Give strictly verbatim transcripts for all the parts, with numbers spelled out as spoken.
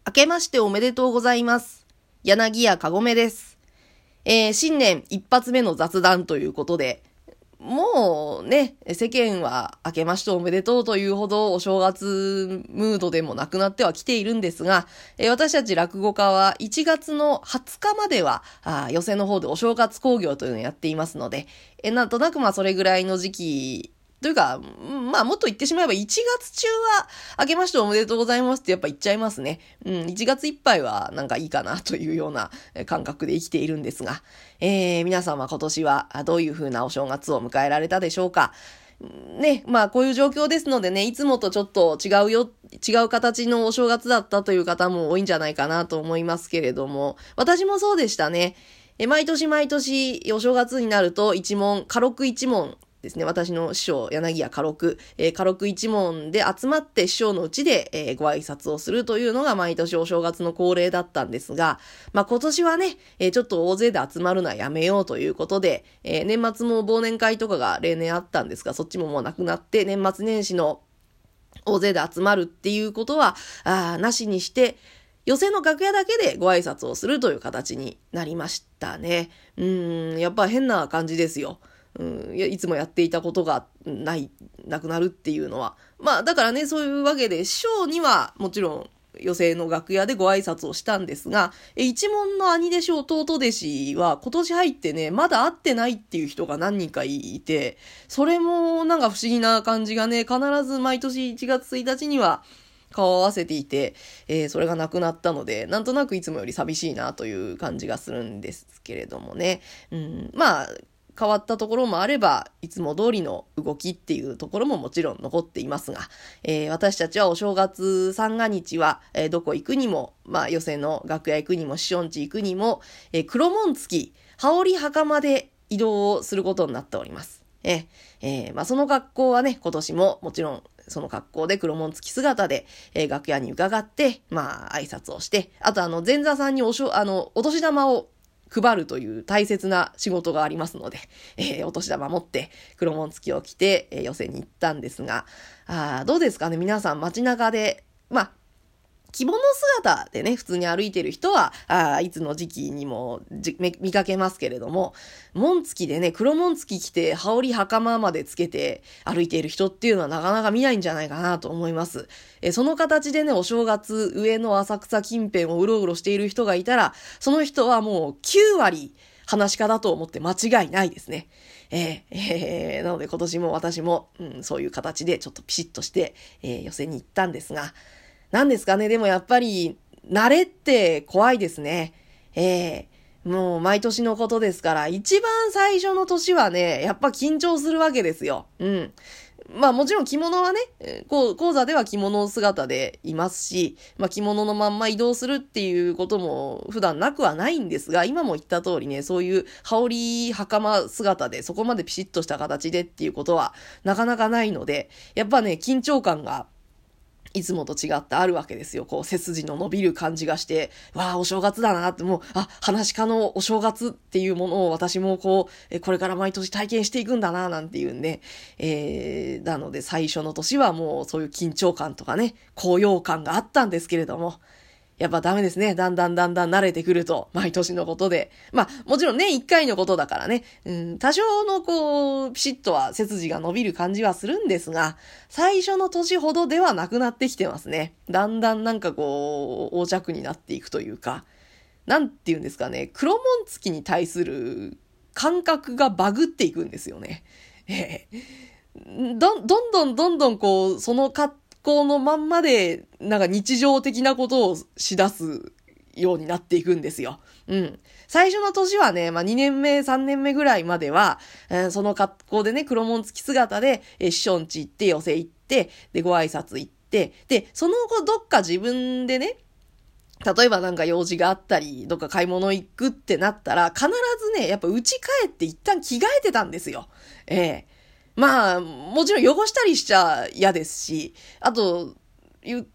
明けましておめでとうございます。柳家かごめです。えー、新年一発目の雑談ということで、もうね、世間は明けましておめでとうというほどお正月ムードでもなくなってはきているんですが、えー、私たち落語家はいちがつのはつかまではあ寄席の方でお正月興行というのをやっていますので、えー、なんとなくまあそれぐらいの時期というか、まあもっと言ってしまえばいちがつ中は明けましておめでとうございますってやっぱ言っちゃいますね。うん、いちがついっぱいはなんかいいかなというような感覚で生きているんですが、えー、皆様今年はどういう風なお正月を迎えられたでしょうか。ね、まあこういう状況ですのでね、いつもとちょっと違うよ、違う形のお正月だったという方も多いんじゃないかなと思いますけれども、私もそうでしたね。え毎年毎年お正月になると一問、家禄一問、ですね。私の師匠、柳家家禄、えー、家禄一門で集まって師匠のうちで、えー、ご挨拶をするというのが毎年お正月の恒例だったんですが、まあ今年はね、えー、ちょっと大勢で集まるのはやめようということで、えー、年末も忘年会とかが例年あったんですが、そっちももうなくなって、年末年始の大勢で集まるっていうことは、あなしにして、寄席の楽屋だけでご挨拶をするという形になりましたね。うーん、やっぱ変な感じですよ。うん、いやいつもやっていたことがない、なくなるっていうのは。まあだからね、そういうわけで、師匠にはもちろん寄席の楽屋でご挨拶をしたんですが、え一門の兄弟子弟弟子は今年入ってね、まだ会ってないっていう人が何人かいて、それもなんか不思議な感じがね、必ず毎年いちがつついたちには顔を合わせていて、えー、それがなくなったので、なんとなくいつもより寂しいなという感じがするんですけれどもね。うん、まあ、変わったところもあれば、いつも通りの動きっていうところももちろん残っていますが、えー、私たちはお正月三が日は、えー、どこ行くにも、まあ寄席の楽屋行くにも、師匠んち行くにも、えー、黒紋付き、羽織袴で移動をすることになっております。えーえー、まあその格好はね、今年ももちろんその格好で黒紋付き姿で、えー、楽屋に伺って、まあ挨拶をして、あとあの前座さんにおしょ、あの、お年玉を配るという大切な仕事がありますので、えー、お年玉持って黒紋付きを着て、えー、寄席に行ったんですが、あどうですかね皆さん街中で、まあ、着物姿でね、普通に歩いてる人は、あいつの時期にもじ見かけますけれども、紋付きでね、黒紋付き着て、羽織袴までつけて歩いている人っていうのはなかなか見ないんじゃないかなと思います。えその形でね、お正月、上の浅草近辺をうろうろしている人がいたら、その人はもうきゅうわり話し家だと思って間違いないですね。えーえー、なので今年も私も、うん、そういう形でちょっとピシッとして、えー、寄席に行ったんですが、なんですかね、でもやっぱり、慣れって怖いですね。ええー、もう毎年のことですから、一番最初の年はね、やっぱ緊張するわけですよ。うん。まあもちろん着物はね、こう講座では着物姿でいますし、まあ着物のまんま移動するっていうことも普段なくはないんですが、今も言った通りね、そういう羽織袴姿でそこまでピシッとした形でっていうことはなかなかないので、やっぱね、緊張感がいつもと違ってあるわけですよ。こう背筋の伸びる感じがして、わあお正月だなって、もう、あ、話し家のお正月っていうものを私もこう、えこれから毎年体験していくんだななんていうんで、えー、なので最初の年はもうそういう緊張感とかね、高揚感があったんですけれども、やっぱダメですね。だんだんだんだん慣れてくると、毎年のことで。まあ、もちろん年一回のことだからね、うん、多少のこう、ピシッとは背筋が伸びる感じはするんですが、最初の年ほどではなくなってきてますね。だんだんなんかこう、横着になっていくというか、なんていうんですかね、黒紋付きに対する感覚がバグっていくんですよね。ええ、ど、どんどんどんどんこう、そのか、このまんまで、なんか日常的なことをしだすようになっていくんですよ。うん。最初の年はね、まあにねんめ、さんねんめぐらいまでは、えー、その格好でね、黒紋付き姿で、えー、師匠んち行って、寄席行って、で、ご挨拶行って、で、その後どっか自分でね、例えばなんか用事があったり、どっか買い物行くってなったら、必ずね、やっぱ家帰って一旦着替えてたんですよ。ええーまあ、もちろん汚したりしちゃ嫌ですし、あと、言って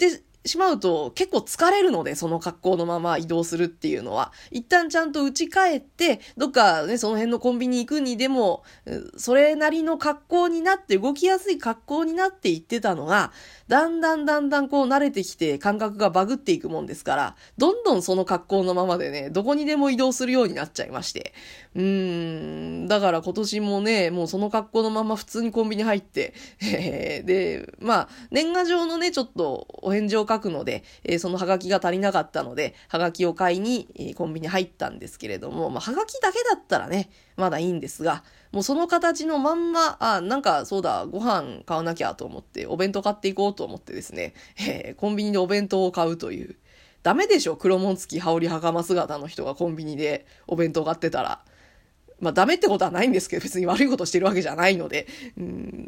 しまうと結構疲れるので、その格好のまま移動するっていうのは。一旦ちゃんと家帰って、どっかね、その辺のコンビニ行くにでも、それなりの格好になって、動きやすい格好になっていってたのが、だんだんだんだんこう慣れてきて感覚がバグっていくもんですから、どんどんその格好のままでね、どこにでも移動するようになっちゃいまして。うーん、だから今年もね、もうその格好のまま普通にコンビニ入って、えー、で、まあ、年賀状のね、ちょっとお返事を書くので、えー、そのハガキが足りなかったので、ハガキを買いに、えー、コンビニ入ったんですけれども、まあ、ハガキだけだったらね、まだいいんですが、もうその形のまんま、あ、なんかそうだ、ご飯買わなきゃと思って、お弁当買っていこうと思ってですね、えー、コンビニでお弁当を買うという、ダメでしょ、黒紋付き羽織袴姿の人がコンビニでお弁当買ってたら。まあダメってことはないんですけど、別に悪いことしてるわけじゃないので、うん、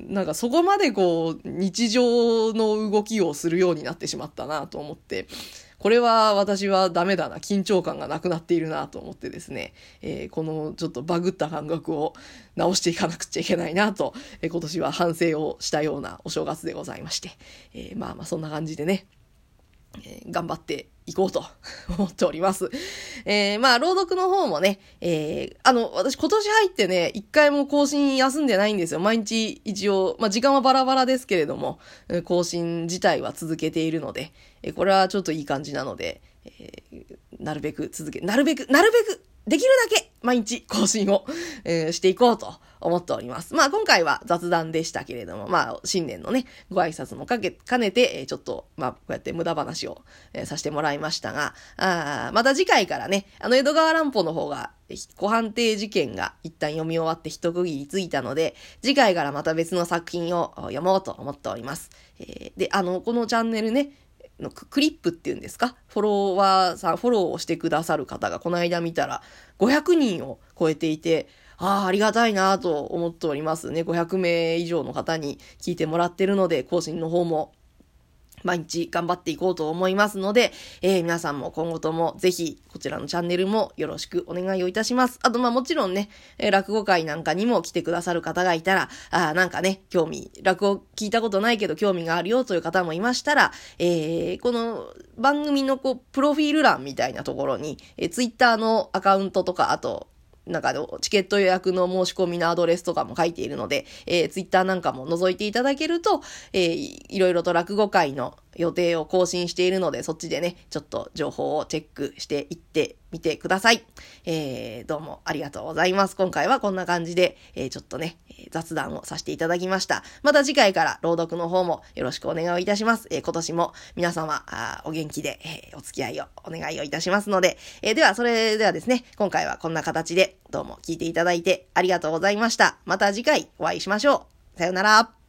なんかそこまでこう、日常の動きをするようになってしまったなと思って、これは私はダメだな、緊張感がなくなっているなと思ってですね、えー、このちょっとバグった感覚を直していかなくちゃいけないなと、えー、今年は反省をしたようなお正月でございまして、えー、まあまあそんな感じでね、えー、頑張っていこうと思っております。えー、まあ、朗読の方もね、えー、あの、私今年入ってね、一回も更新休んでないんですよ。毎日一応、まあ、時間はバラバラですけれども、更新自体は続けているので、えー、これはちょっといい感じなので、えー、なるべく続け、なるべく、なるべく、できるだけ毎日更新を、えー、していこうと思っております。まあ今回は雑談でしたけれども、まあ新年のね、ご挨拶もかけ、兼ねて、えー、ちょっと、まあこうやって無駄話を、えー、させてもらいましたが、あまた次回からね、あの江戸川乱歩の方が、ご判定事件が一旦読み終わって一区切りついたので、次回からまた別の作品を読もうと思っております。えー、で、あの、このチャンネルね、のクリップっていうんですか、フォロワーさん、フォローをしてくださる方がこの間見たらごひゃくにんを超えていて、ああ、ありがたいなと思っておりますね。ごひゃくめい以上の方に聞いてもらってるので、更新の方も毎日頑張っていこうと思いますので、えー、皆さんも今後ともぜひこちらのチャンネルもよろしくお願いをいたします。あとまあもちろんね、えー、落語会なんかにも来てくださる方がいたら、あなんかね、興味、落語聞いたことないけど興味があるよという方もいましたら、えー、この番組のこう、プロフィール欄みたいなところに、えー、ツイッターのアカウントとか、あと、なんかチケット予約の申し込みのアドレスとかも書いているので、えー、ツイッターなんかも覗いていただけると、えー、いろいろと落語会の予定を更新しているので、そっちでね、ちょっと情報をチェックしていってみてください。えー、どうもありがとうございます。今回はこんな感じで、えー、ちょっとね、雑談をさせていただきました。また次回から朗読の方もよろしくお願いいたします。えー、今年も皆様あお元気で、えー、お付き合いをお願いをいたしますので、えー、ではそれではですね、今回はこんな形でどうも聞いていただいてありがとうございました。また次回お会いしましょう。さよなら。